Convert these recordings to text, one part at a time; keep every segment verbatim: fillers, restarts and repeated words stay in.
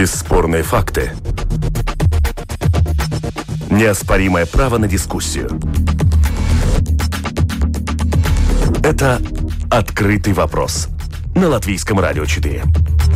Бесспорные факты. Неоспоримое право на дискуссию. Это «Открытый вопрос» на Латвийском радио четыре.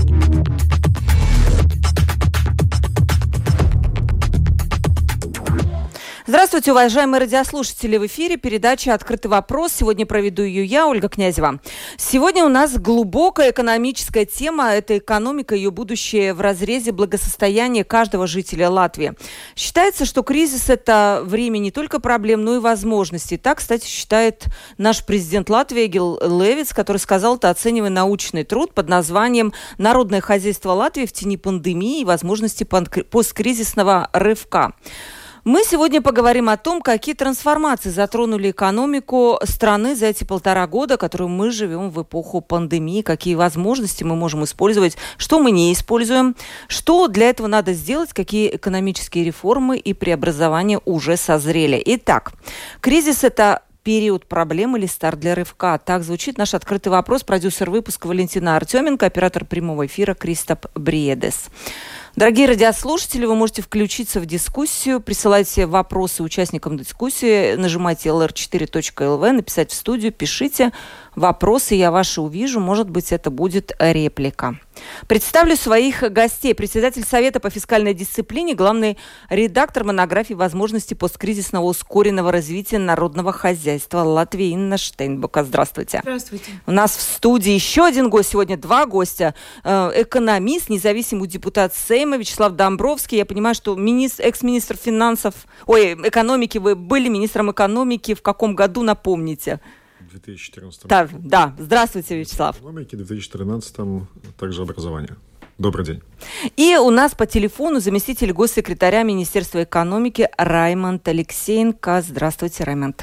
Здравствуйте, уважаемые радиослушатели! В эфире передача «Открытый вопрос». Сегодня проведу ее я, Ольга Князева. Сегодня у нас глубокая экономическая тема. Это экономика, ее будущее в разрезе благосостояния каждого жителя Латвии. Считается, что кризис – это время не только проблем, но и возможностей. Так, кстати, считает наш президент Латвии Эгил Левитс, который сказал это, оценивая научный труд под названием «Народное хозяйство Латвии в тени пандемии и возможности посткризисного рывка». Мы сегодня поговорим о том, какие трансформации затронули экономику страны за эти полтора года, которые мы живем в эпоху пандемии, какие возможности мы можем использовать, что мы не используем, что для этого надо сделать, какие экономические реформы и преобразования уже созрели. Итак, кризис – это период проблем или старт для рывка? Так звучит наш открытый вопрос. Продюсер выпуска Валентина Артеменко, оператор прямого эфира Кристоп Бриедес. Дорогие радиослушатели, вы можете включиться в дискуссию, присылайте вопросы участникам дискуссии, нажимайте эл эр четыре точка эл ви, написать в студию, пишите вопросы, я ваши увижу, может быть, это будет реплика. Представлю своих гостей. Председатель Совета по фискальной дисциплине, главный редактор монографии «Возможности посткризисного ускоренного развития народного хозяйства» Латвии Инна Штейнбока. Здравствуйте. Здравствуйте. У нас в студии еще один гость, сегодня два гостя. Экономист, независимый депутат Сейма Вячеслав Домбровский. Я понимаю, что министр, экс-министр финансов, ой, экономики, вы были министром экономики в каком году, напомните? В две тысячи четырнадцатом. Да, да. Здравствуйте, Вячеслав. Экономики, в две тысячи тринадцатом также образование. Добрый день. И у нас по телефону заместитель госсекретаря Министерства экономики Раймонд Алексеенко. Здравствуйте, Раймонд.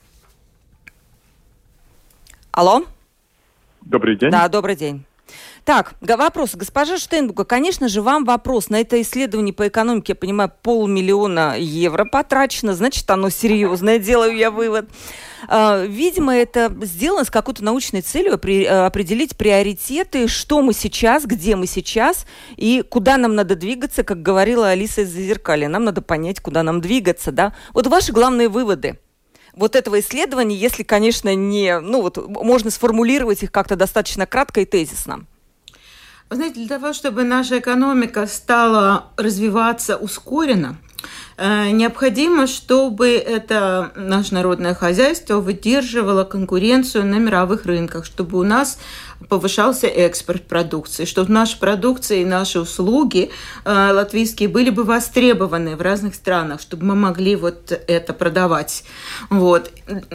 Алло? Добрый день. Да, добрый день. Так, вопрос. Госпожа Штейнбока, конечно же, вам вопрос. На это исследование по экономике, я понимаю, полмиллиона евро потрачено. Значит, оно серьезное, делаю я вывод. Видимо, это сделано с какой-то научной целью определить приоритеты, что мы сейчас, где мы сейчас и куда нам надо двигаться, как говорила Алиса из «Зазеркалья». Нам надо понять, куда нам двигаться, да? Вот ваши главные выводы вот этого исследования, если, конечно, не... Ну, вот можно сформулировать их как-то достаточно кратко и тезисно. Вы знаете, для того, чтобы наша экономика стала развиваться ускоренно, необходимо, чтобы это наше народное хозяйство выдерживало конкуренцию на мировых рынках, чтобы у нас повышался экспорт продукции, чтобы наши продукции и наши услуги э, латвийские были бы востребованы в разных странах, чтобы мы могли вот это продавать. Вот.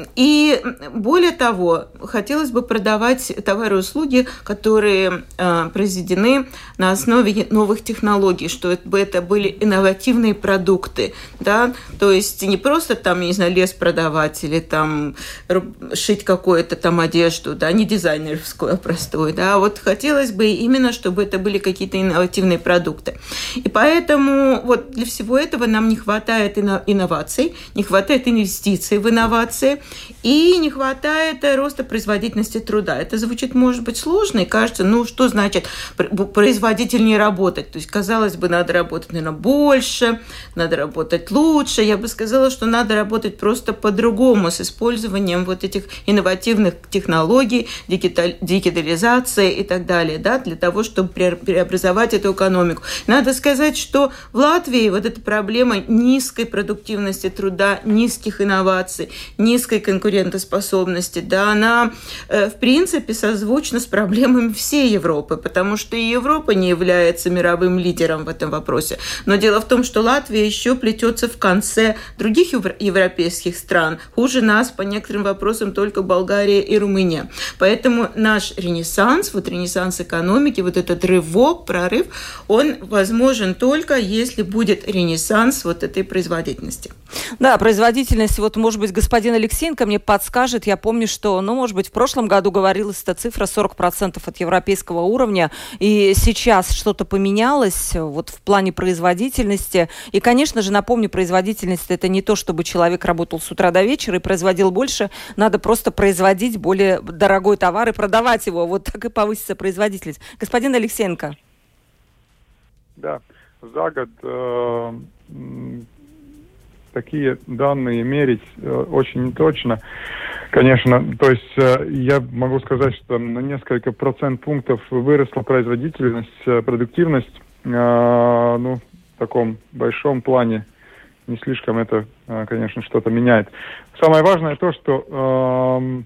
И более того, хотелось бы продавать товары и услуги, которые э, произведены на основе новых технологий, чтобы это были инновативные продукты, да, то есть не просто там, я не знаю, лес продавать или там шить какую-то там одежду, да, не дизайнерскую, а простой, да, вот хотелось бы именно, чтобы это были какие-то инновативные продукты. И поэтому вот для всего этого нам не хватает инноваций, не хватает инвестиций в инновации и не хватает роста производительности труда. Это звучит, может быть, сложно и кажется, ну, что значит производительнее работать? То есть, казалось бы, надо работать, наверное, больше, надо работать лучше. Я бы сказала, что надо работать просто по-другому, с использованием вот этих инновативных технологий, дигитализации и так далее, да, для того, чтобы преобразовать эту экономику. Надо сказать, что в Латвии вот эта проблема низкой продуктивности труда, низких инноваций, низкой конкурентоспособности, да, она, в принципе, созвучна с проблемами всей Европы, потому что и Европа не является мировым лидером в этом вопросе. Но дело в том, что Латвия еще плетется в конце других европейских стран. Хуже нас по некоторым вопросам только Болгария и Румыния. Поэтому наш ренессанс, вот ренессанс экономики, вот этот рывок, прорыв, он возможен только если будет ренессанс вот этой производительности. Да, производительность, вот, может быть, господин Алексеенко мне подскажет, я помню, что, ну, может быть, в прошлом году говорилась эта цифра сорок процентов от европейского уровня, и сейчас что-то поменялось вот в плане производительности. И, конечно же, напомню, производительность – это не то, чтобы человек работал с утра до вечера и производил больше, надо просто производить более дорогой товар и продавать его, вот так и повысится производительность. Господин Алексеенко. Да, за год э, такие данные мерить э, очень неточно. Конечно, то есть э, я могу сказать, что на несколько процент пунктов выросла производительность, э, продуктивность. Э, ну, в таком большом плане не слишком это, э, конечно, что-то меняет. Самое важное то, что э,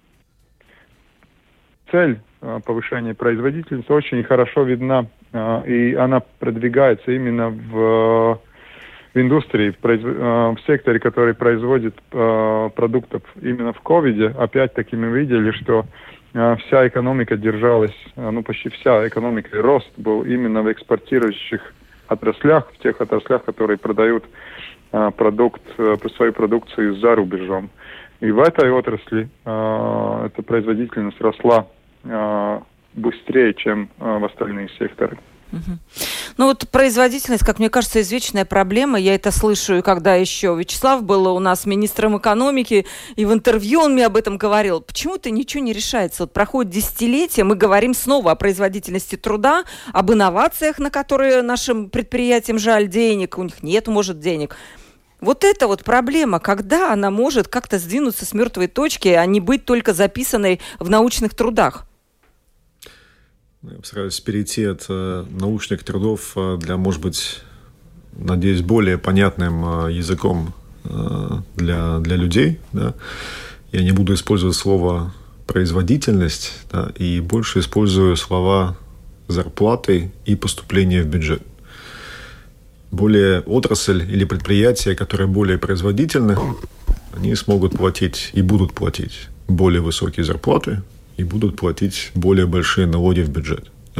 цель э, повышения производительности очень хорошо видна, э, и она продвигается именно в... в индустрии, в, произ... в секторе, который производит э, продуктов именно в ковиде. Опять-таки мы видели, что э, вся экономика держалась, э, ну почти вся экономика и рост был именно в экспортирующих отраслях, в тех отраслях, которые продают э, продукт, э, свою продукцию за рубежом. И в этой отрасли э, эта производительность росла э, быстрее, чем э, в остальные секторы. Угу. Ну вот производительность, как мне кажется, извечная проблема. Я это слышу, и когда еще Вячеслав был у нас министром экономики, и в интервью он мне об этом говорил. Почему-то ничего не решается. Вот проходит десятилетия, мы говорим снова о производительности труда, об инновациях, на которые нашим предприятиям жаль денег, у них нет, может, денег. Вот это вот проблема, когда она может как-то сдвинуться с мертвой точки, а не быть только записанной в научных трудах. Я постараюсь перейти от э, научных трудов э, для, может быть, надеюсь, более понятным э, языком э, для, для людей. Да? Я не буду использовать слово «производительность», да, и больше использую слова «зарплаты» и «поступление в бюджет». Более отрасль или предприятия, которые более производительны, они смогут платить и будут платить более высокие зарплаты, и будут платить более большие налоги в бюджет. Да?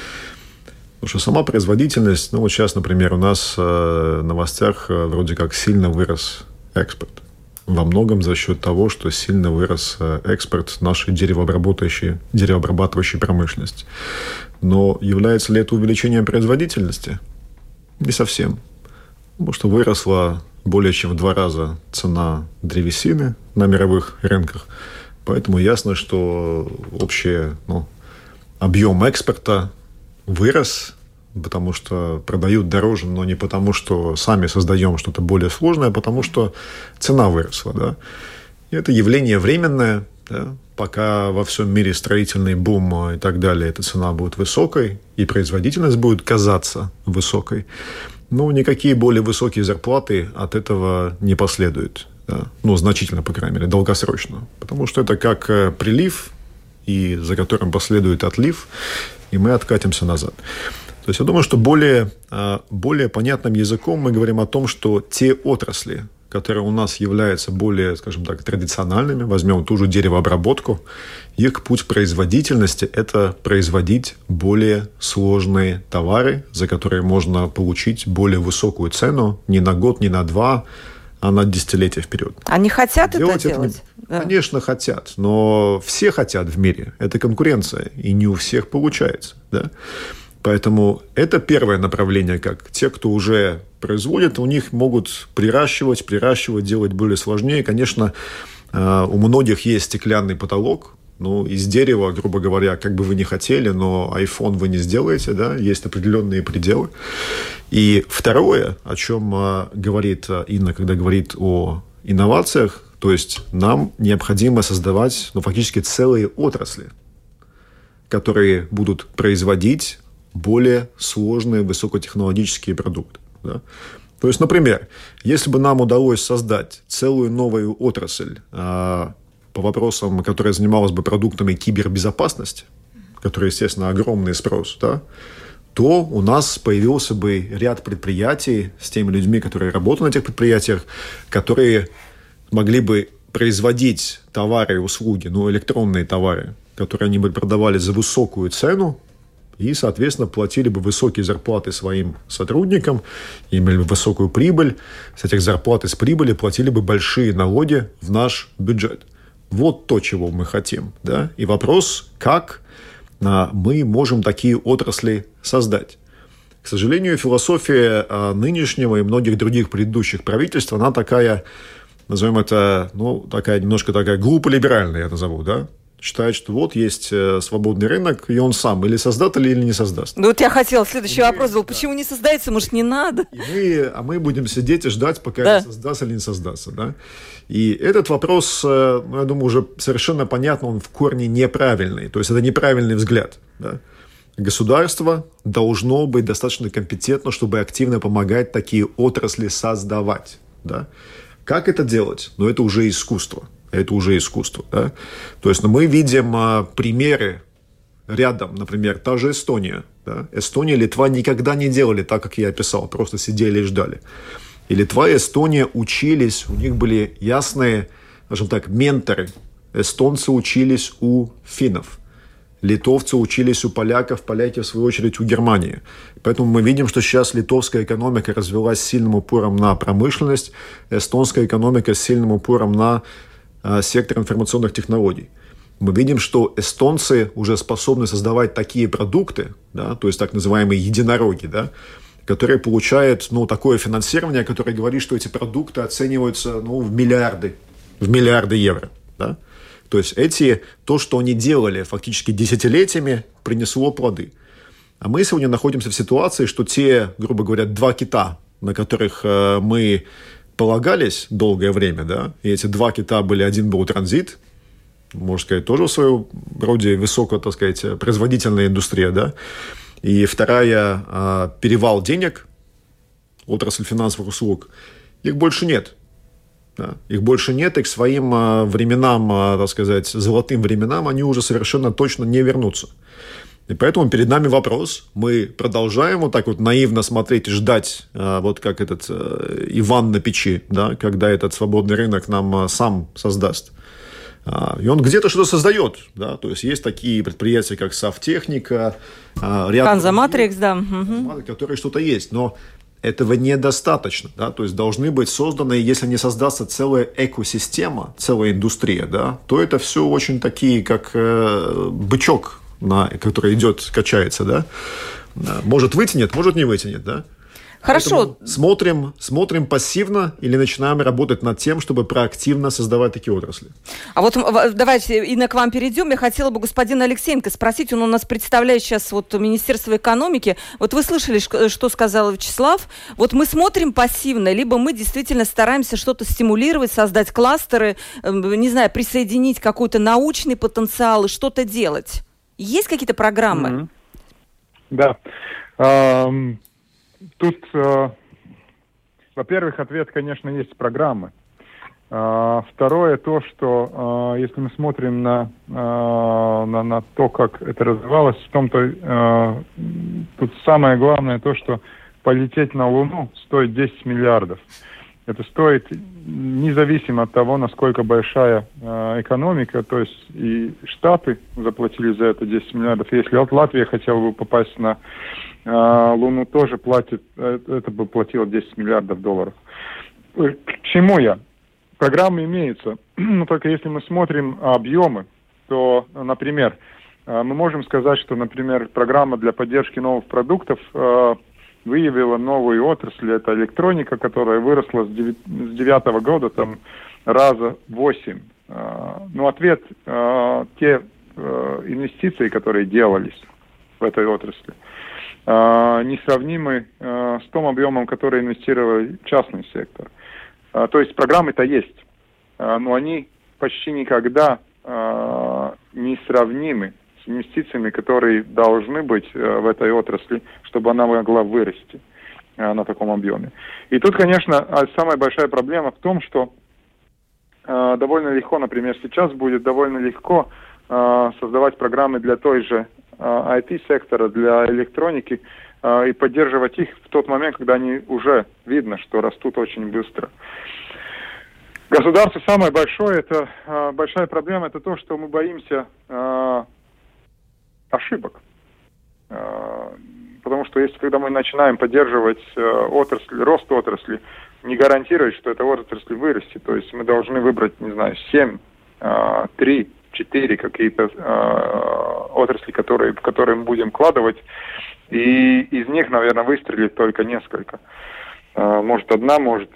Потому что сама производительность, ну вот сейчас, например, у нас э, в новостях э, вроде как сильно вырос экспорт. Во многом за счет того, что сильно вырос э, экспорт нашей деревообрабатывающей, деревообрабатывающей промышленности. Но является ли это увеличением производительности? Не совсем. Потому что выросла более чем в два раза цена древесины на мировых рынках. Поэтому ясно, что общий ну, объем экспорта вырос, потому что продают дороже, но не потому, что сами создаем что-то более сложное, а потому что цена выросла. Да? И это явление временное. Да? Пока во всем мире строительный бум и так далее, эта цена будет высокой, и производительность будет казаться высокой. Но никакие более высокие зарплаты от этого не последуют. Да, ну, значительно, по крайней мере, долгосрочно. Потому что это как э, прилив, и за которым последует отлив, и мы откатимся назад. То есть я думаю, что более, э, более понятным языком мы говорим о том, что те отрасли, которые у нас являются более, скажем так, традициональными, возьмем ту же деревообработку, их путь производительности – это производить более сложные товары, за которые можно получить более высокую цену не на год, не на два, а на десятилетия вперед. Они хотят делать это делать? Это, да. Конечно, хотят, но все хотят в мире. Это конкуренция, и не у всех получается. Да? Поэтому это первое направление, как те, кто уже производит, у них могут приращивать, приращивать, делать более сложнее. Конечно, у многих есть стеклянный потолок. Ну, из дерева, грубо говоря, как бы вы ни хотели, но iPhone вы не сделаете, да, есть определенные пределы. И второе, о чем а, говорит Инна, когда говорит о инновациях, то есть нам необходимо создавать, ну, фактически целые отрасли, которые будут производить более сложные высокотехнологические продукты. Да? То есть, например, если бы нам удалось создать целую новую отрасль, а, по вопросам, которая занималась бы продуктами кибербезопасности, которые, естественно, огромный спрос, да, то у нас появился бы ряд предприятий с теми людьми, которые работают на этих предприятиях, которые могли бы производить товары и услуги, ну, электронные товары, которые они бы продавали за высокую цену и, соответственно, платили бы высокие зарплаты своим сотрудникам, имели бы высокую прибыль, с этих зарплат и с прибыли платили бы большие налоги в наш бюджет. Вот то, чего мы хотим. Да? И вопрос, как а, мы можем такие отрасли создать. К сожалению, философия а, нынешнего и многих других предыдущих правительств, она такая, назовем это, ну, такая немножко такая глупо-либеральная, я назову, да? Считает, что вот есть свободный рынок, и он сам или создаст, или не создаст. Ну вот я хотела, следующий и вопрос был, да. Почему не создается, может, не надо? И мы, а мы будем сидеть и ждать, пока да. это создастся или не создастся. Да? И этот вопрос, ну, я думаю, уже совершенно понятно, он в корне неправильный. То есть это неправильный взгляд. Да? Государство должно быть достаточно компетентно, чтобы активно помогать такие отрасли создавать. Да? Как это делать? Ну, это уже искусство. Это уже искусство. Да? То есть ну, мы видим а, примеры рядом, например, та же Эстония. Да? Эстония, Литва никогда не делали так, как я описал, просто сидели и ждали. И Литва и Эстония учились, у них были ясные, скажем так, менторы. Эстонцы учились у финнов. Литовцы учились у поляков, поляки, в свою очередь, у Германии. Поэтому мы видим, что сейчас литовская экономика развилась с сильным упором на промышленность, эстонская экономика с сильным упором на э, сектор информационных технологий. Мы видим, что эстонцы уже способны создавать такие продукты, да, то есть так называемые единороги, да, которые получают ну, такое финансирование, которое говорит, что эти продукты оцениваются ну, в миллиарды, в миллиарды евро. Да. То есть эти, то, что они делали фактически десятилетиями, принесло плоды. А мы сегодня находимся в ситуации, что те, грубо говоря, два кита, на которых э, мы полагались долгое время, да, и эти два кита были, один был транзит, можно сказать, тоже в своем роде высоко, так сказать, производительная индустрия, да, и вторая э, перевал денег, отрасль финансовых услуг, их больше нет. Да. Их больше нет, и к своим а, временам, а, так сказать, золотым временам они уже совершенно точно не вернутся. И поэтому перед нами вопрос. Мы продолжаем вот так вот наивно смотреть и ждать, а, вот как этот а, Иван на печи, да, когда этот свободный рынок нам а, сам создаст. А, и он где-то что-то создает. Да, то есть есть такие предприятия, как Савтехника, а, ряд Канза Матрикс, да. Угу. которые что-то есть, но этого недостаточно, да, то есть должны быть созданы, если не создастся целая экосистема, целая индустрия, да, то это все очень такие, как э, бычок, на, который идет, качается, да, может вытянет, может не вытянет, да. Хорошо. Смотрим, смотрим пассивно или начинаем работать над тем, чтобы проактивно создавать такие отрасли. А вот давайте, Инна, к вам перейдем. Я хотела бы господина Алексеенко спросить. Он у нас представляет сейчас вот Министерство экономики. Вот вы слышали, что сказал Вячеслав. Вот мы смотрим пассивно, либо мы действительно стараемся что-то стимулировать, создать кластеры, не знаю, присоединить какой-то научный потенциал и что-то делать. Есть какие-то программы? Mm-hmm. Да. Um... Тут, э, во-первых, ответ, конечно, есть программы. Э, второе, то, что э, если мы смотрим на, э, на, на то, как это развивалось, в том-то, э, тут самое главное то, что полететь на Луну стоит десять миллиардов. Это стоит независимо от того, насколько большая э, экономика, то есть и Штаты заплатили за это десять миллиардов. Если вот Латвия хотела бы попасть на э, Луну, тоже платит, это бы платило десять миллиардов долларов. К чему я? Программы имеются, но только если мы смотрим объемы, то, например, э, мы можем сказать, что, например, программа для поддержки новых продуктов э, выявила новую отрасль, это электроника, которая выросла с девятого года там раза восемь. Ну, ответ, те инвестиции, которые делались в этой отрасли, несравнимы с том объемом, который инвестировал частный сектор. То есть программы-то есть, но они почти никогда не сравнимы с инвестициями, которые должны быть в этой отрасли, чтобы она могла вырасти на таком объеме. И тут, конечно, самая большая проблема в том, что довольно легко, например, сейчас будет довольно легко создавать программы для той же ай ти-сектора, для электроники, и поддерживать их в тот момент, когда они уже видно, что растут очень быстро. Государство самое большое, это большая проблема, это то, что мы боимся ошибок. Потому что если когда мы начинаем поддерживать отрасль, рост отрасли, не гарантирует, что эта отрасль вырастет. То есть мы должны выбрать, не знаю, семь, три, четыре какие-то отрасли, которые, в которые мы будем вкладывать, и из них, наверное, выстрелит только несколько. Может, одна, может,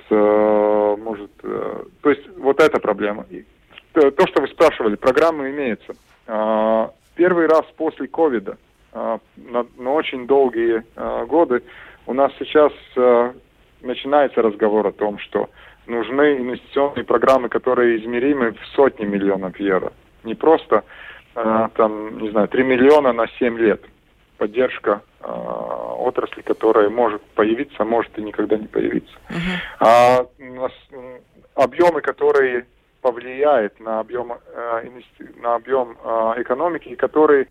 может... То есть вот эта проблема. То, что вы спрашивали, программы имеются. Первый раз после ковида, на, на очень долгие годы, у нас сейчас начинается разговор о том, что нужны инвестиционные программы, которые измеримы в сотни миллионов евро. Не просто, там, не знаю, три миллиона на семь лет. Поддержка отрасли, которая может появиться, может и никогда не появиться. Uh-huh. А, объемы, которые повлияют на объем, на объем экономики, которые...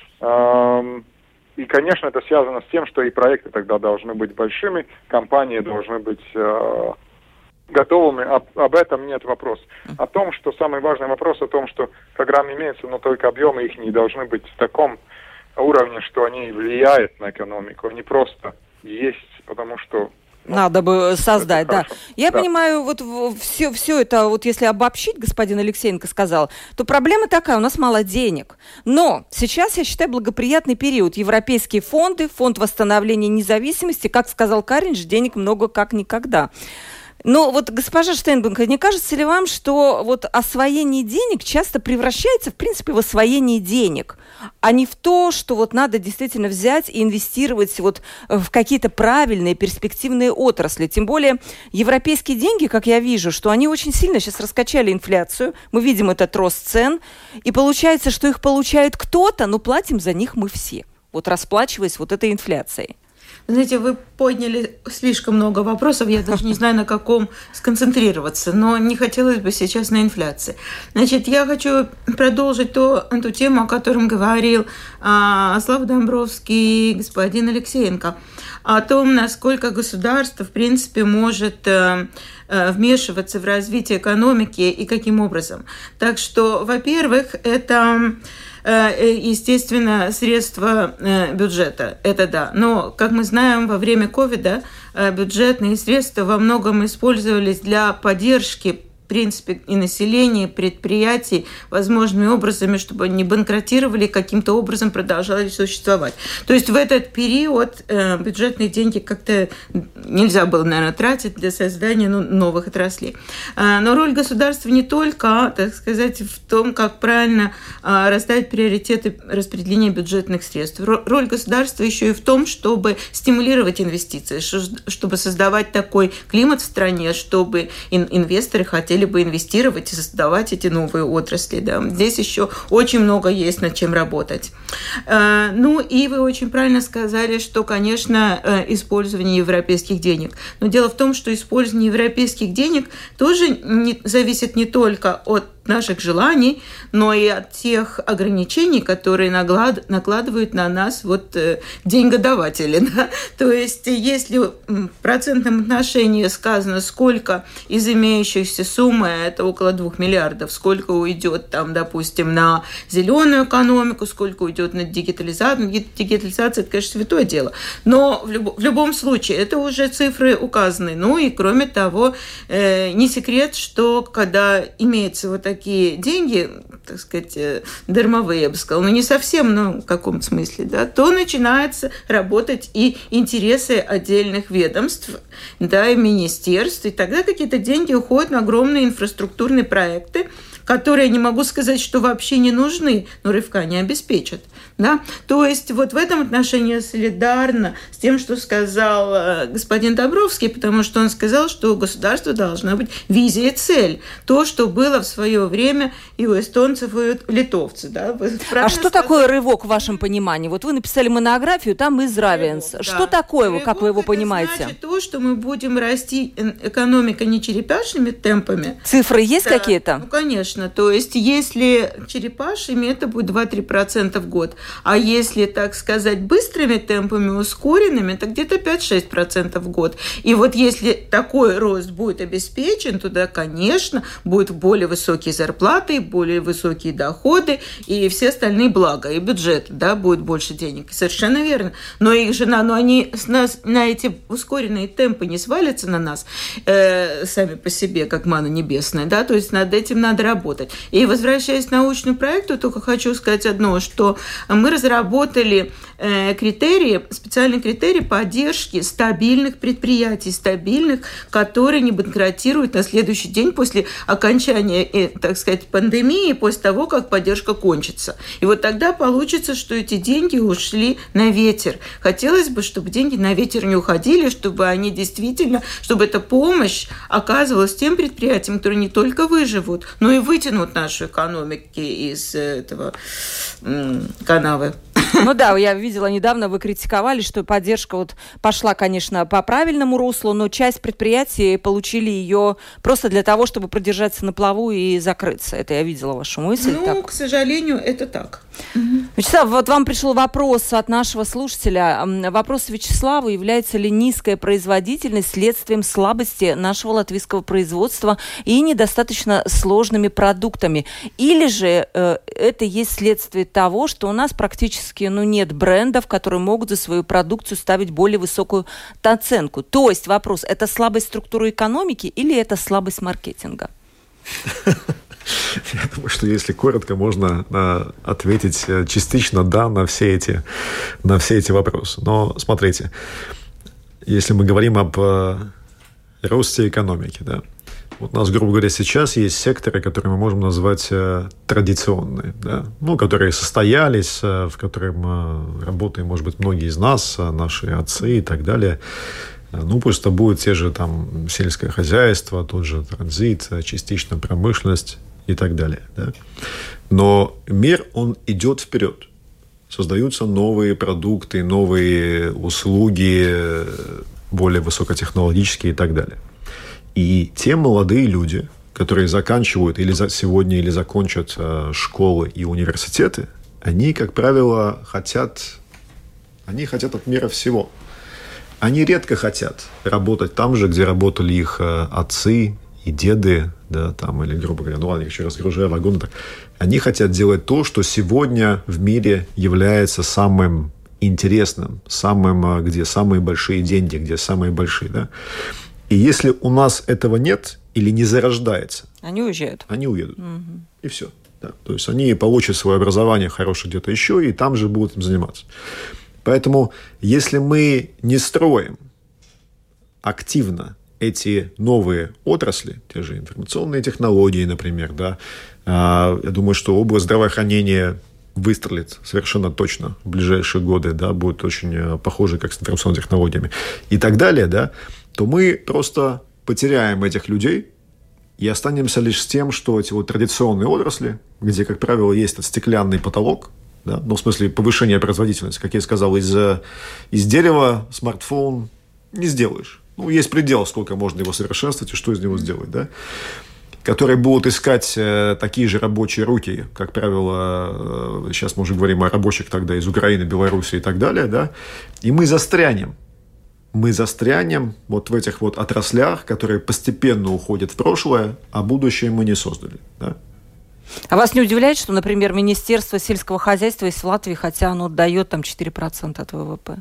И, конечно, это связано с тем, что и проекты тогда должны быть большими, компании должны быть готовыми. Об, об этом нет вопроса. О том, что самый важный вопрос, о том, что программы имеются, но только объемы их не должны быть в таком уровне, что они влияют на экономику, они просто есть, потому что... Ну, надо бы создать, да. Хорошо. Я да. понимаю, вот все, все это, вот если обобщить, господин Алексеенко сказал, то проблема такая, у нас мало денег. Но сейчас, я считаю, благоприятный период. Европейские фонды, фонд восстановления независимости, как сказал Каринч, денег много как никогда. Но вот, госпожа Штейнберг, не кажется ли вам, что вот освоение денег часто превращается, в принципе, в освоение денег, а не в то, что вот надо действительно взять и инвестировать вот в какие-то правильные перспективные отрасли? Тем более европейские деньги, как я вижу, что они очень сильно сейчас раскачали инфляцию, мы видим этот рост цен, и получается, что их получает кто-то, но платим за них мы все, вот расплачиваясь вот этой инфляцией. Знаете, вы подняли слишком много вопросов, я даже не знаю, на каком сконцентрироваться, но не хотелось бы сейчас на инфляции. Значит, я хочу продолжить то, эту тему, о которой говорил а, Слава Домбровский и господин Алексеенко, о том, насколько государство, в принципе, может а, а, вмешиваться в развитие экономики и каким образом. Так что, во-первых, это... естественно, средства бюджета, это да. Но, как мы знаем, во время ковида бюджетные средства во многом использовались для поддержки, в принципе, и населения, и предприятий возможными образами, чтобы они не банкротировали, каким-то образом продолжали существовать. То есть в этот период э, бюджетные деньги как-то нельзя было, наверное, тратить для создания ну, новых отраслей. Э, но роль государства не только, так сказать, в том, как правильно э, расставить приоритеты распределения бюджетных средств. Роль государства еще и в том, чтобы стимулировать инвестиции, чтобы создавать такой климат в стране, чтобы ин- инвесторы хотели бы инвестировать и создавать эти новые отрасли. Да. Здесь еще очень много есть над чем работать. Ну и вы очень правильно сказали, что, конечно, использование европейских денег. Но дело в том, что использование европейских денег тоже не, зависит не только от наших желаний, но и от тех ограничений, которые наглад, накладывают на нас вот, э, деньгодаватели. Да? То есть, если в процентном отношении сказано, сколько из имеющихся суммы, это около двух миллиардов, сколько уйдет, там, допустим, на зеленую экономику, сколько уйдет на дигитализацию. Дигитализация – это, конечно, святое дело. Но в, люб, в любом случае, это уже цифры указаны. Ну и, кроме того, э, не секрет, что когда имеется вот такие такие деньги, так сказать, дармовые, я бы сказала, но не совсем, но в каком смысле, да, то начинаются работать и интересы отдельных ведомств, да, и министерств, и тогда какие-то деньги уходят на огромные инфраструктурные проекты, которые, не могу сказать, что вообще не нужны, но рывка не обеспечат. Да? То есть вот в этом отношении солидарно с тем, что сказал э, господин Домбровский, потому что он сказал, что у государства должна быть визия и цель. То, что было в свое время и у эстонцев, и у литовцев. Да? А что сказали... такое рывок в вашем понимании? Вот вы написали монографию, там из Равенс. Да. Что такое, рывок, как вы его понимаете? Это значит то, что мы будем расти экономика не черепашными темпами. Цифры есть да. какие-то? Ну, конечно. То есть если черепашьими, это будет два-три процента в год. А если, так сказать, быстрыми темпами, ускоренными, то где-то пять-шесть процентов в год. И вот если такой рост будет обеспечен, то, да, конечно, будут более высокие зарплаты, более высокие доходы и все остальные блага, и бюджет, да, будет больше денег. Совершенно верно. Но их же, но они с нас, на эти ускоренные темпы не свалятся на нас э, сами по себе, как манна небесная, да, то есть над этим надо работать. И возвращаясь к научному проекту, только хочу сказать одно, что мы разработали критерии, специальные критерии поддержки стабильных предприятий, стабильных, которые не банкротируют на следующий день после окончания, так сказать, пандемии, после того, как поддержка кончится. И вот тогда получится, что эти деньги ушли на ветер. Хотелось бы, чтобы деньги на ветер не уходили, чтобы они действительно, чтобы эта помощь оказывалась тем предприятиям, которые не только выживут, но и вытянут нашу экономику из этого м- канавы. Ну да, я видела недавно, вы критиковали, что поддержка вот пошла, конечно, по правильному руслу, но часть предприятий получили ее просто для того, чтобы продержаться на плаву и закрыться. Это я видела вашу мысль. Ну, так. К сожалению, это так. Вячеслав, вот вам пришел вопрос от нашего слушателя. Вопрос Вячеславу: является ли низкая производительность следствием слабости нашего латвийского производства и недостаточно сложными продуктами? Или же э, это есть следствие того, что у нас практически ну, нет брендов, которые могут за свою продукцию ставить более высокую оценку? То есть вопрос: это слабость структуры экономики или это слабость маркетинга? Я думаю, что если коротко, можно э, ответить частично «да» на все эти, на все эти вопросы. Но смотрите, если мы говорим об э, росте экономики, да, вот у нас, грубо говоря, сейчас есть секторы, которые мы можем назвать э, традиционные, да, ну, которые состоялись, э, в которых мы работаем, может быть, многие из нас, э, наши отцы и так далее. Ну, пусть это будет те же там сельское хозяйство, тот же транзит, частично промышленность и так далее. Да? Но мир, он идет вперед. Создаются новые продукты, новые услуги, более высокотехнологические и так далее. И те молодые люди, которые заканчивают или за, сегодня или закончат э, школы и университеты, они, как правило, хотят, они хотят от мира всего. Они редко хотят работать там же, где работали их э, отцы и деды, да, там, или, грубо говоря, ну ладно, еще раз разгружая вагоны. Так. Они хотят делать то, что сегодня в мире является самым интересным, самым, где самые большие деньги, где самые большие, да. И если у нас этого нет или не зарождается, они уезжают. Они уедут. Угу. И все. Да. То есть они получат свое образование хорошее где-то еще, и там же будут этим заниматься. Поэтому, если мы не строим активно эти новые отрасли, те же информационные технологии, например, да, я думаю, что область здравоохранения выстрелит совершенно точно в ближайшие годы, да, будет очень похоже, как с информационными технологиями и так далее, да, то мы просто потеряем этих людей и останемся лишь с тем, что эти вот традиционные отрасли, где, как правило, есть этот стеклянный потолок, да, ну, в смысле повышения производительности, как я сказал, из, из дерева смартфон не сделаешь. Ну, есть предел, сколько можно его совершенствовать и что из него сделать, да, которые будут искать э, такие же рабочие руки, как правило, э, сейчас мы уже говорим о рабочих тогда из Украины, Беларуси и так далее, да, и мы застрянем. Мы застрянем вот в этих вот отраслях, которые постепенно уходят в прошлое, а будущее мы не создали, да. А вас не удивляет, что, например, Министерство сельского хозяйства есть в Латвии, хотя оно дает там четыре процента от ВВП?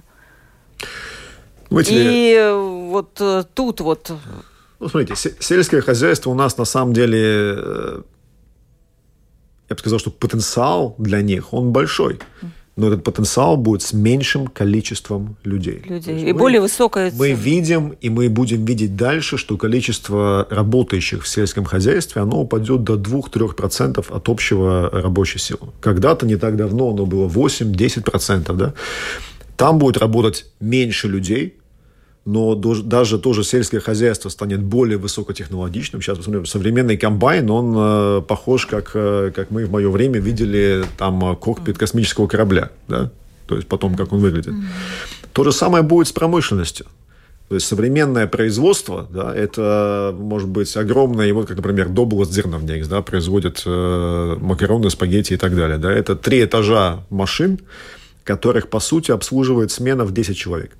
И я... вот тут вот... Ну, смотрите, сельское хозяйство у нас на самом деле, я бы сказал, что потенциал для них, он большой. Но этот потенциал будет с меньшим количеством людей. людей. И мы, более высокая цена. Мы видим, и мы будем видеть дальше, что количество работающих в сельском хозяйстве, оно упадет до двух-трёх процентов от общего рабочей силы. Когда-то, не так давно, оно было восемь-десять процентов. Да? Там будет работать меньше людей, но даже тоже сельское хозяйство станет более высокотехнологичным. Сейчас, посмотрим, современный комбайн, он э, похож, как, э, как мы в мое время видели там кокпит космического корабля, да? То есть потом, как он выглядит. Mm-hmm. То же самое будет с промышленностью. То есть современное производство, да, это может быть огромное, и вот, как, например, Добла Зерновнекс, да, производит э, макароны, спагетти и так далее. Да? Это три этажа машин, которых, по сути, обслуживает смена в десять человек.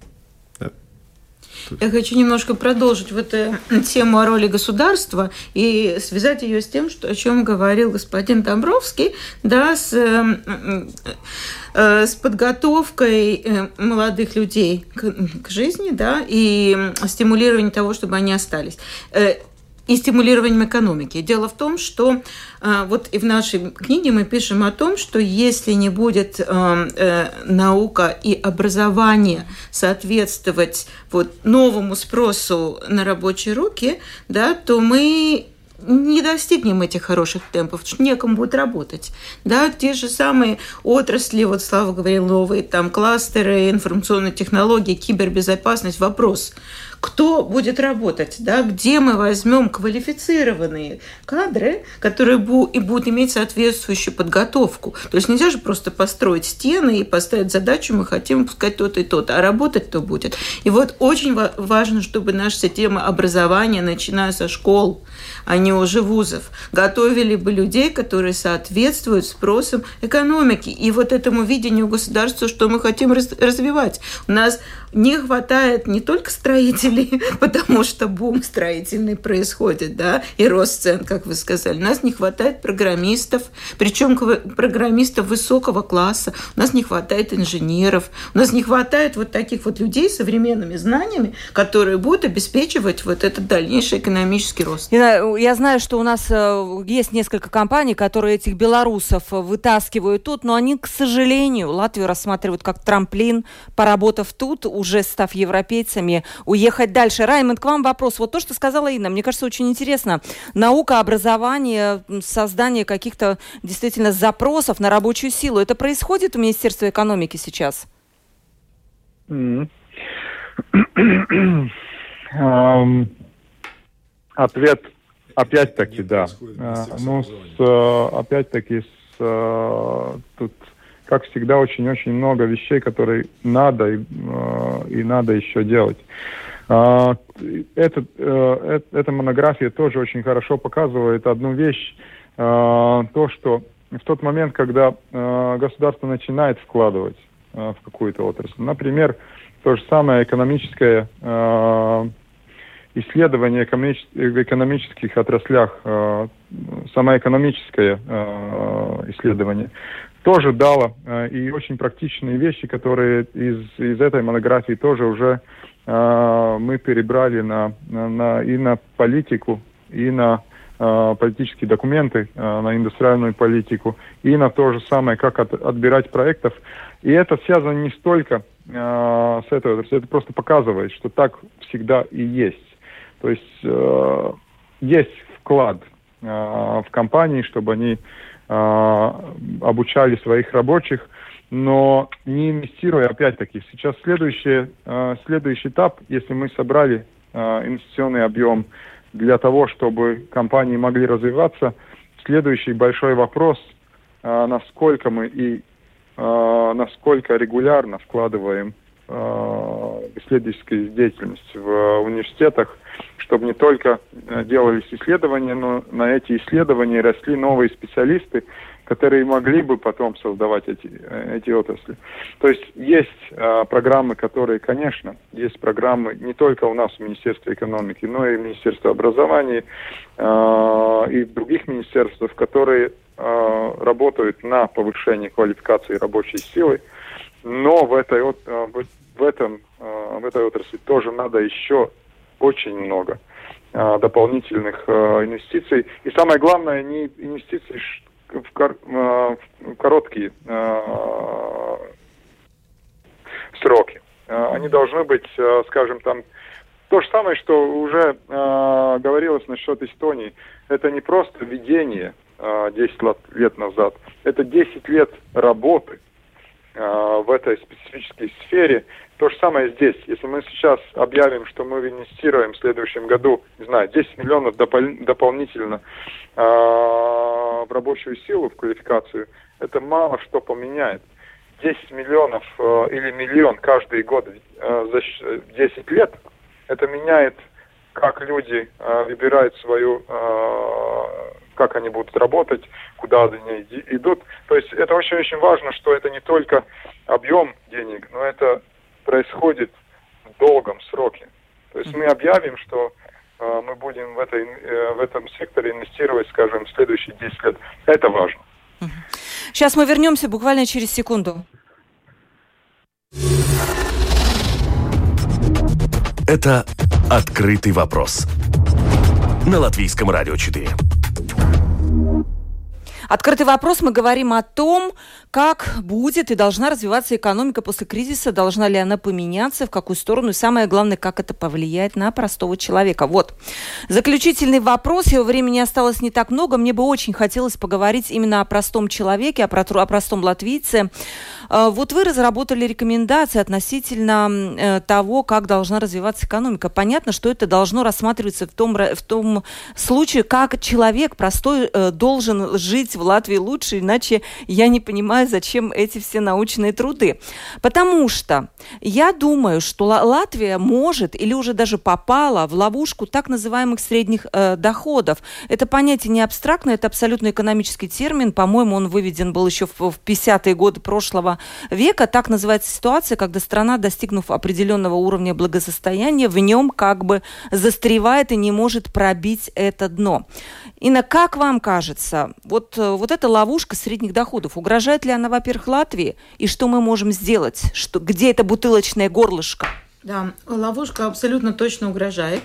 Я хочу немножко продолжить вот эту тему о роли государства и связать ее с тем, что, о чем говорил господин Домбровский, да, с, э, э, с подготовкой молодых людей к, к жизни, да, и стимулированием того, чтобы они остались. и стимулированием экономики. Дело в том, что э, вот и в нашей книге мы пишем о том, что если не будет э, э, наука и образование соответствовать вот новому спросу на рабочие руки, да, то мы не достигнем этих хороших темпов, потому что некому будет работать. Да, те же самые отрасли, вот Слава говорил, новые там кластеры, информационные технологии, кибербезопасность. Вопрос, кто будет работать, да, где мы возьмем квалифицированные кадры, которые бу- и будут иметь соответствующую подготовку. То есть нельзя же просто построить стены и поставить задачу, мы хотим выпускать то-то и то-то, а работать то будет. И вот очень ва- важно, чтобы наша система образования, начиная со школ, а не уже вузов, готовили бы людей, которые соответствуют спросам экономики и вот этому видению государства, что мы хотим раз- развивать. У нас не хватает не только строителей, потому что бум строительный происходит, да, и рост цен, как вы сказали. У нас не хватает программистов, причем программистов высокого класса. У нас не хватает инженеров. У нас не хватает вот таких вот людей с современными знаниями, которые будут обеспечивать вот этот дальнейший экономический рост. Я знаю, что у нас есть несколько компаний, которые этих белорусов вытаскивают тут, но они, к сожалению, Латвию рассматривают как трамплин, поработав тут, уже став европейцами, уехать дальше. Раймонд, к вам вопрос. Вот то, что сказала Инна, мне кажется, очень интересно. Наука, образование, создание каких-то действительно запросов на рабочую силу. Это происходит в Министерстве экономики сейчас? Mm. um, ответ опять-таки да. Uh, ну, с, опять-таки с, тут как всегда, очень-очень много вещей, которые надо и, и надо еще делать. Этот, эта монография тоже очень хорошо показывает одну вещь, то, что в тот момент, когда государство начинает вкладывать в какую-то отрасль, например, то же самое экономическое исследование в экономических отраслях, самое экономическое исследование, тоже дало э, и очень практичные вещи, которые из, из этой монографии тоже уже э, мы перебрали на, на, на, и на политику, и на э, политические документы, э, на индустриальную политику, и на то же самое, как от, отбирать проектов. И это связано не столько э, с этой отраслью, это просто показывает, что так всегда и есть. То есть э, есть вклад э, в компании, чтобы они обучали своих рабочих, но не инвестируя, опять-таки, сейчас следующий, следующий этап, если мы собрали инвестиционный объем для того, чтобы компании могли развиваться, следующий большой вопрос, насколько мы и насколько регулярно вкладываем в исследовательскую деятельность в университетах, чтобы не только делались исследования, но на эти исследования росли новые специалисты, которые могли бы потом создавать эти, эти отрасли. То есть есть э, программы, которые, конечно, есть программы не только у нас в Министерстве экономики, но и в Министерстве образования э, и в других министерствах, которые э, работают на повышение квалификации рабочей силы. Но в этой, в, этом, в этой отрасли тоже надо еще очень много дополнительных инвестиций. И самое главное, не инвестиции в, кор, в короткие сроки. Они должны быть, скажем, там, то же самое, что уже говорилось насчет Эстонии. Это не просто введение десять лет назад, это десять лет работы в этой специфической сфере. То же самое здесь. Если мы сейчас объявим, что мы инвестируем в следующем году, не знаю, десять миллионов допол- дополнительно э- в рабочую силу, в квалификацию, это мало что поменяет. десять миллионов э- или миллион каждый год э- за десять лет, это меняет, как люди э- выбирают свою, э- как они будут работать, куда они идут. То есть это очень-очень важно, что это не только объем денег, но это происходит в долгом сроке. То есть мы объявим, что э, мы будем в, этой, э, в этом секторе инвестировать, скажем, в следующие десять лет. Это важно. Сейчас мы вернемся буквально через секунду. Это «Открытый вопрос» на Латвийском радио четыре. Открытый вопрос. Мы говорим о том, как будет и должна развиваться экономика после кризиса, должна ли она поменяться, в какую сторону, и самое главное, как это повлияет на простого человека. Вот. Заключительный вопрос. Его времени осталось не так много. Мне бы очень хотелось поговорить именно о простом человеке, о, про, о простом латвийце. Вот вы разработали рекомендации относительно того, как должна развиваться экономика. Понятно, что это должно рассматриваться в том, в том случае, как человек простой должен жить в Латвии лучше, иначе я не понимаю, зачем эти все научные труды. Потому что я думаю, что Латвия может или уже даже попала в ловушку так называемых средних э, доходов. Это понятие не абстрактное, это абсолютно экономический термин. По-моему, он выведен был еще в, в пятидесятые годы прошлого века. Так называется ситуация, когда страна, достигнув определенного уровня благосостояния, в нем как бы застревает и не может пробить это дно. Инна, как вам кажется, вот, вот эта ловушка средних доходов, угрожает ли она, во-первых, Латвии? И что мы можем сделать? Что, где это бутылочное горлышко? Да, ловушка абсолютно точно угрожает.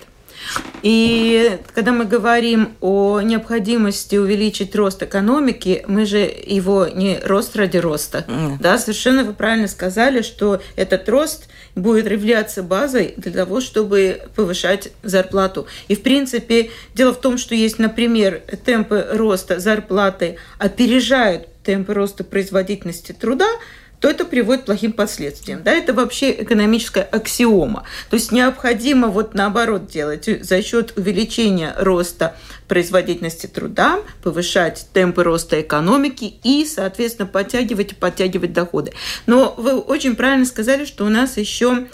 И когда мы говорим о необходимости увеличить рост экономики, мы же его не рост ради роста. Mm. Да, совершенно вы правильно сказали, что этот рост будет являться базой для того, чтобы повышать зарплату. И, в принципе, дело в том, что есть, например, темпы роста зарплаты опережают темпы роста производительности труда, то это приводит к плохим последствиям. Да, это вообще экономическая аксиома. То есть необходимо вот наоборот делать за счет увеличения роста производительности труда, повышать темпы роста экономики и, соответственно, подтягивать и подтягивать доходы. Но вы очень правильно сказали, что у нас еще...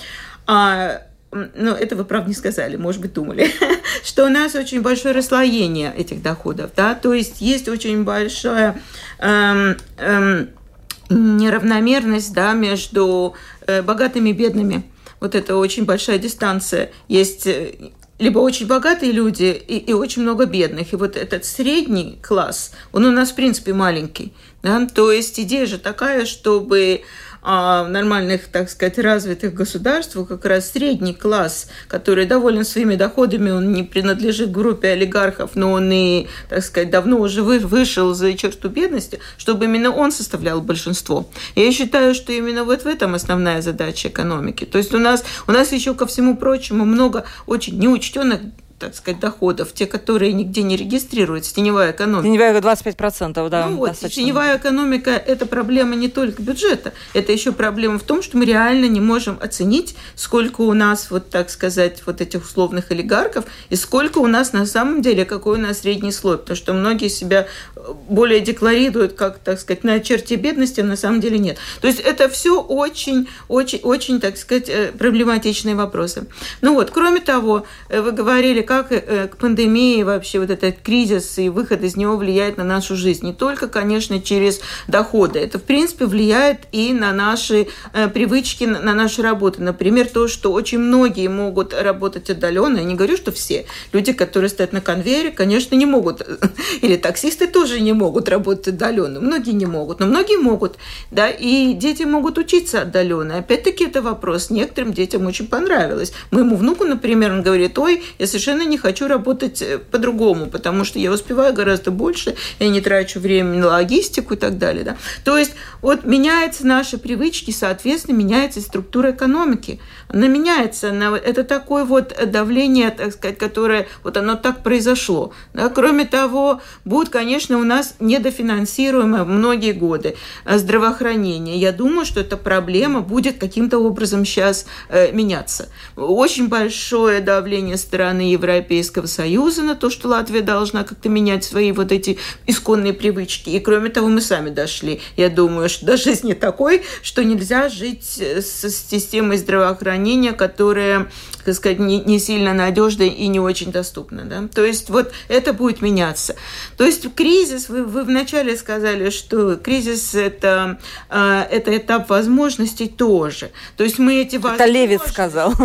А, ну, это вы, правда, не сказали, может быть, думали, что у нас очень большое расслоение этих доходов. Да? То есть есть очень большая... Эм, эм, неравномерность, да, между э, богатыми и бедными. Вот это очень большая дистанция. Есть э, либо очень богатые люди и, и очень много бедных. И вот этот средний класс, он у нас, в принципе, маленький. Да? То есть идея же такая, чтобы а в нормальных, так сказать, развитых государствах как раз средний класс, который доволен своими доходами, он не принадлежит группе олигархов, но он и, так сказать, давно уже вышел за черту бедности, чтобы именно он составлял большинство. Я считаю, что именно вот в этом основная задача экономики. То есть у нас, у нас еще, ко всему прочему, много очень неучтенных, так сказать, доходов, те, которые нигде не регистрируются, теневая экономика. Теневая двадцать пять процентов, да. Ну вот, теневая экономика – это проблема не только бюджета, это еще проблема в том, что мы реально не можем оценить, сколько у нас, вот так сказать, вот этих условных олигархов, и сколько у нас на самом деле, какой у нас средний слой, потому что многие себя более декларируют, как, так сказать, на черте бедности, а на самом деле нет. То есть это все очень, очень, очень, так сказать, проблематичные вопросы. Ну вот, кроме того, вы говорили, как к пандемии вообще вот этот кризис и выход из него влияет на нашу жизнь. Не только, конечно, через доходы. Это, в принципе, влияет и на наши привычки, на нашу работу. Например, то, что очень многие могут работать удаленно. Я не говорю, что все. Люди, которые стоят на конвейере, конечно, не могут. Или таксисты тоже не могут работать удаленно. Многие не могут, но многие могут. Да? И дети могут учиться удаленно. Опять-таки, это вопрос. Некоторым детям очень понравилось. Моему внуку, например, он говорит: ой, я совершенно не хочу работать по-другому, потому что я успеваю гораздо больше, я не трачу время на логистику и так далее. Да? То есть вот меняются наши привычки, соответственно, меняется структура экономики. Она меняется. Она, это такое вот давление, так сказать, которое вот оно так произошло. Да? Кроме того, будет, конечно, у нас недофинансируемое многие годы здравоохранение. Я думаю, что эта проблема будет каким-то образом сейчас э, меняться. Очень большое давление стороны Европейского Союза на то, что Латвия должна как-то менять свои вот эти исконные привычки. И кроме того, мы сами дошли. Я думаю, что до жизни такой, что нельзя жить с системой здравоохранения, которая, так сказать, не, не сильно надежная и не очень доступна. Да? То есть вот это будет меняться. То есть кризис, вы, вы вначале сказали, что кризис это, это этап возможностей тоже. То есть мы эти возможности... Это Левит сказал.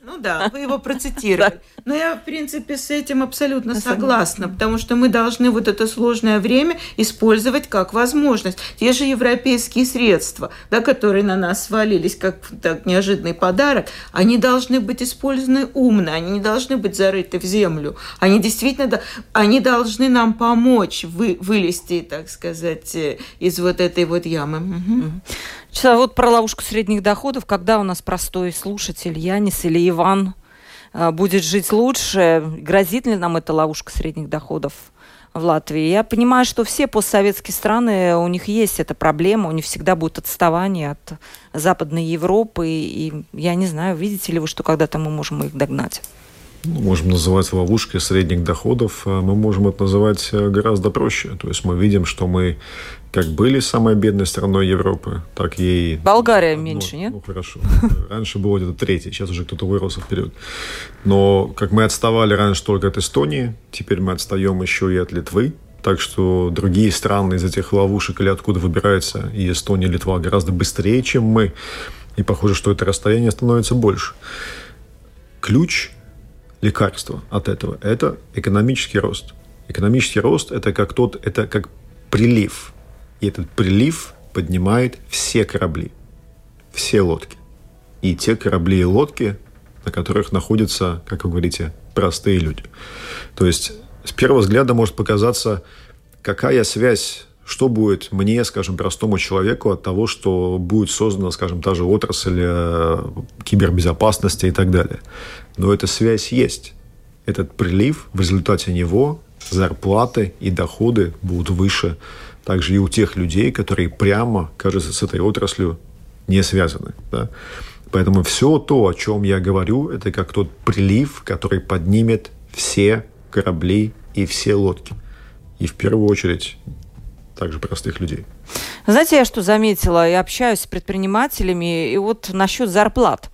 Ну да, вы его процитировали. Но я, в принципе, с этим абсолютно согласна, потому что мы должны вот это сложное время использовать как возможность. Те же европейские средства, да, которые на нас свалились как так, неожиданный подарок, они должны быть использованы умно, они не должны быть зарыты в землю. Они действительно, они должны нам помочь вы, вылезти, так сказать, из вот этой вот ямы. Угу. Сейчас вот про ловушку средних доходов. Когда у нас простой слушатель Янис или Иван будет жить лучше? Грозит ли нам эта ловушка средних доходов в Латвии? Я понимаю, что все постсоветские страны, у них есть эта проблема, у них всегда будет отставание от Западной Европы. И я не знаю, видите ли вы, что когда-то мы можем их догнать? Ну, можем называть ловушкой средних доходов, мы можем это называть гораздо проще. То есть мы видим, что мы как были самой бедной страной Европы, так и... Болгария ну, меньше, ну, нет? Ну, хорошо. Раньше было где-то третий, сейчас уже кто-то вырос вперед. Но как мы отставали раньше только от Эстонии, теперь мы отстаем еще и от Литвы. Так что другие страны из этих ловушек или откуда выбираются, и Эстония, и Литва, гораздо быстрее, чем мы. И похоже, что это расстояние становится больше. Ключ... Лекарство от этого – это экономический рост. Экономический рост – это как тот, это как прилив. И этот прилив поднимает все корабли, все лодки. И те корабли и лодки, на которых находятся, как вы говорите, простые люди. То есть, с первого взгляда может показаться, какая связь, что будет мне, скажем, простому человеку от того, что будет создана, скажем, та же отрасль кибербезопасности и так далее. Но эта связь есть. Этот прилив, в результате него зарплаты и доходы будут выше также и у тех людей, которые прямо, кажется, с этой отраслью не связаны. Да? Поэтому все то, о чем я говорю, это как тот прилив, который поднимет все корабли и все лодки. И в первую очередь также простых людей. Знаете, я что заметила? Я общаюсь с предпринимателями, и вот насчет зарплат.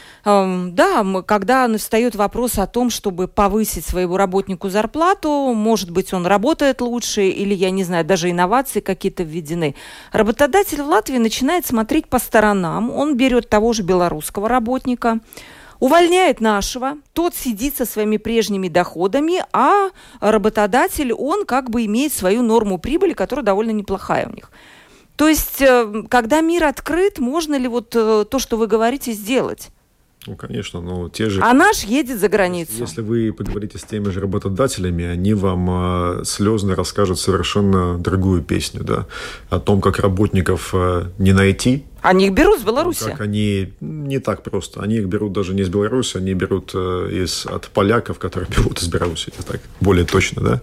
Да, когда встает вопрос о том, чтобы повысить своему работнику зарплату, может быть, он работает лучше, или, я не знаю, даже инновации какие-то введены. Работодатель в Латвии начинает смотреть по сторонам. Он берет того же белорусского работника, увольняет нашего, тот сидит со своими прежними доходами, а работодатель, он как бы имеет свою норму прибыли, которая довольно неплохая у них. То есть, когда мир открыт, можно ли вот то, что вы говорите, сделать? Ну, конечно, но те же... А наш едет за границу. Если вы поговорите с теми же работодателями, они вам э, слезно расскажут совершенно другую песню, да, о том, как работников э, не найти. Они их берут с Беларуси. Как они... Не так просто. Они их берут даже не из Беларуси, они берут э, из, от поляков, которые берут из Беларуси, так более точно, да.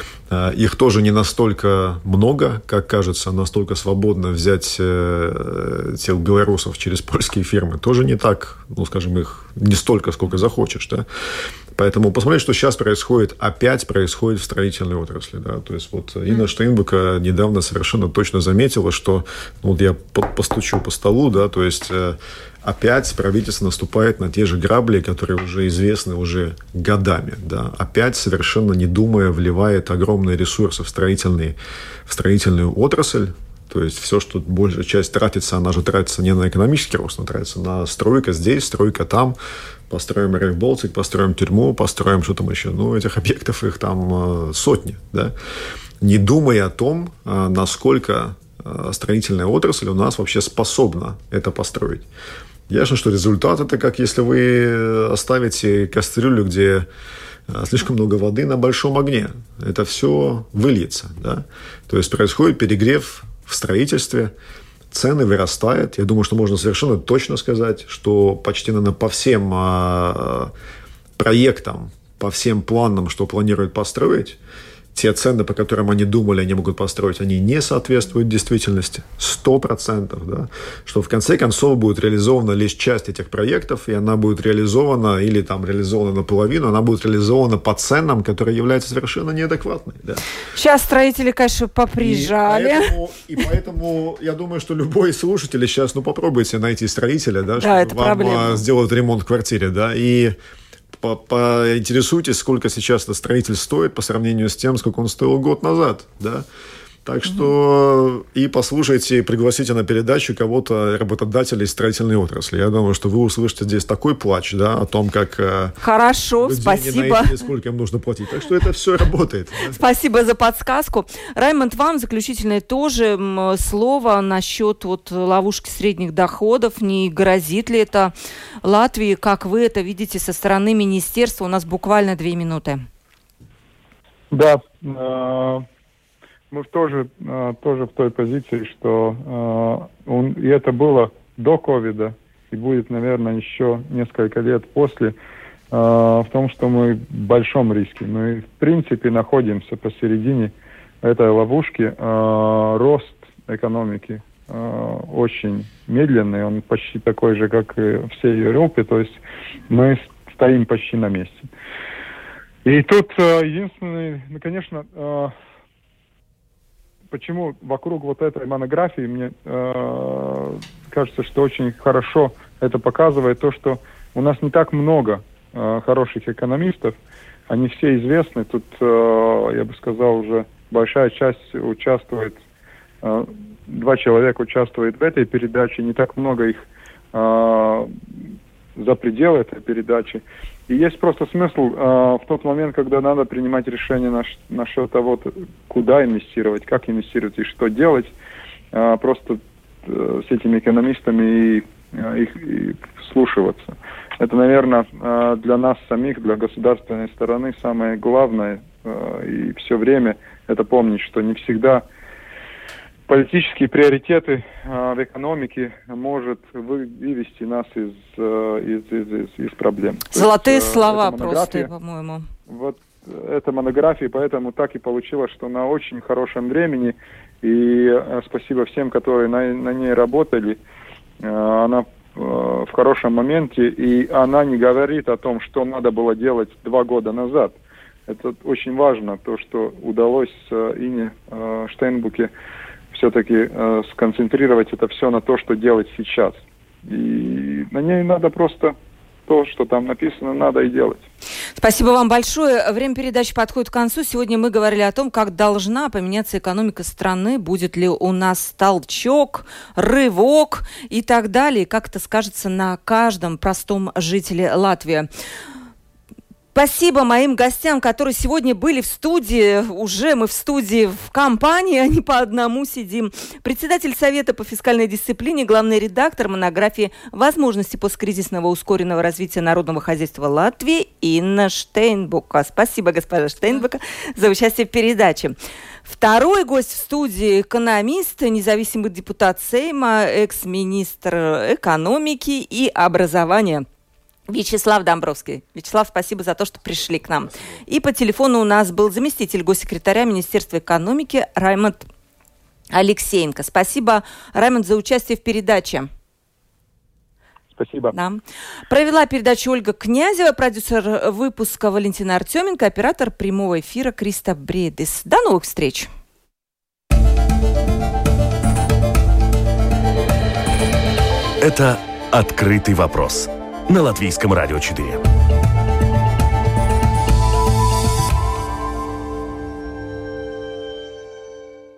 Их тоже не настолько много, как кажется, настолько свободно взять э, тех белорусов через польские фирмы. Тоже не так, ну, скажем, их не столько, сколько захочешь, да. Поэтому посмотреть, что сейчас происходит, опять происходит в строительной отрасли, да. То есть вот Инна Штейнбек недавно совершенно точно заметила, что, ну, вот я постучу по столу, да, то есть э, опять правительство наступает на те же грабли, которые уже известны уже годами, да. Опять совершенно не думая вливает огромные ресурсы в строительные, в строительную отрасль. То есть все, что большая часть тратится, она же тратится не на экономический рост, она тратится на стройка здесь, стройка там. Построим Рейв Балтик, построим тюрьму, построим что там еще. Ну, этих объектов их там э, сотни, да. Не думая о том, э, насколько э, строительная отрасль у нас вообще способна это построить. Ясно, что результат это как если вы оставите кастрюлю, где слишком много воды на большом огне. Это все выльется, да. То есть происходит перегрев в строительстве, цены вырастают. Я думаю, что можно совершенно точно сказать, что почти, наверное, по всем э, проектам, по всем планам, что планируют построить, те цены, по которым они думали, они могут построить, они не соответствуют действительности. Сто процентов, да. Что в конце концов будет реализована лишь часть этих проектов, и она будет реализована или там реализована наполовину, она будет реализована по ценам, которые являются совершенно неадекватной. Да. Сейчас строители, конечно, поприезжали. И поэтому, и поэтому я думаю, что любой слушатель сейчас, ну, попробуйте найти строителя, да, да, чтобы вам проблема. Сделать ремонт в квартире, да, и поинтересуйтесь, сколько сейчас этот строитель стоит по сравнению с тем, сколько он стоил год назад, да. Так что и послушайте, и пригласите на передачу кого-то, работодателей строительной отрасли. Я думаю, что вы услышите здесь такой плач, да, о том, как... Хорошо, спасибо. Найти, сколько им нужно платить. Так что это все работает. Да? Спасибо за подсказку. Раймонд, вам заключительное тоже слово насчет вот ловушки средних доходов. Не грозит ли это Латвии? Как вы это видите со стороны министерства? У нас буквально две минуты. Да, мы тоже, тоже в той позиции, что он, и это было до ковида, и будет, наверное, еще несколько лет после, в том, что мы в большом риске. Мы, в принципе, находимся посередине этой ловушки. Рост экономики очень медленный, он почти такой же, как и в всей Европе, то есть мы стоим почти на месте. И тут единственный, ну, конечно, почему вокруг вот этой монографии, мне э, кажется, что очень хорошо это показывает то, что у нас не так много э, хороших экономистов, они все известны, тут, э, я бы сказал, уже большая часть участвует, э, два человека участвуют в этой передаче, не так много их э, за пределы этой передачи. И есть просто смысл э, в тот момент, когда надо принимать решение наш, насчет того, куда инвестировать, как инвестировать и что делать, э, просто э, с этими экономистами и, э, их и вслушиваться. Это, наверное, э, для нас самих, для государственной стороны самое главное э, и все время это помнить, что не всегда политические приоритеты э, в экономике может вывести нас из, э, из, из, из, из проблем. Золотые есть, слова просто, по-моему. Вот эта монография, поэтому так и получилось, что на очень хорошем времени, и э, спасибо всем, которые на, на ней работали, э, она э, в хорошем моменте, и она не говорит о том, что надо было делать два года назад. Это очень важно, то, что удалось э, Ине э, Штейнбуке все-таки э, сконцентрировать это все на то, что делать сейчас. И на ней надо просто то, что там написано, надо и делать. Спасибо вам большое. Время передачи подходит к концу. Сегодня мы говорили о том, как должна поменяться экономика страны, будет ли у нас толчок, рывок и так далее. Как это скажется на каждом простом жителе Латвии. Спасибо моим гостям, которые сегодня были в студии. Уже мы в студии в компании, а не по одному сидим. Председатель Совета по фискальной дисциплине, главный редактор монографии «Возможности посткризисного ускоренного развития народного хозяйства Латвии» Инна Штейнбука. Спасибо, госпожа Штейнбука, за участие в передаче. Второй гость в студии – экономист, независимый депутат Сейма, экс-министр экономики и образования Вячеслав Домбровский. Вячеслав, спасибо за то, что пришли к нам. Спасибо. И по телефону у нас был заместитель госсекретаря Министерства экономики Раймонд Алексеенко. Спасибо, Раймонд, за участие в передаче. Спасибо. Да. Провела передачу Ольга Князева, продюсер выпуска Валентина Артеменко, оператор прямого эфира Криста Бредис. До новых встреч! Это «Открытый вопрос» на Латвийском радио четыре.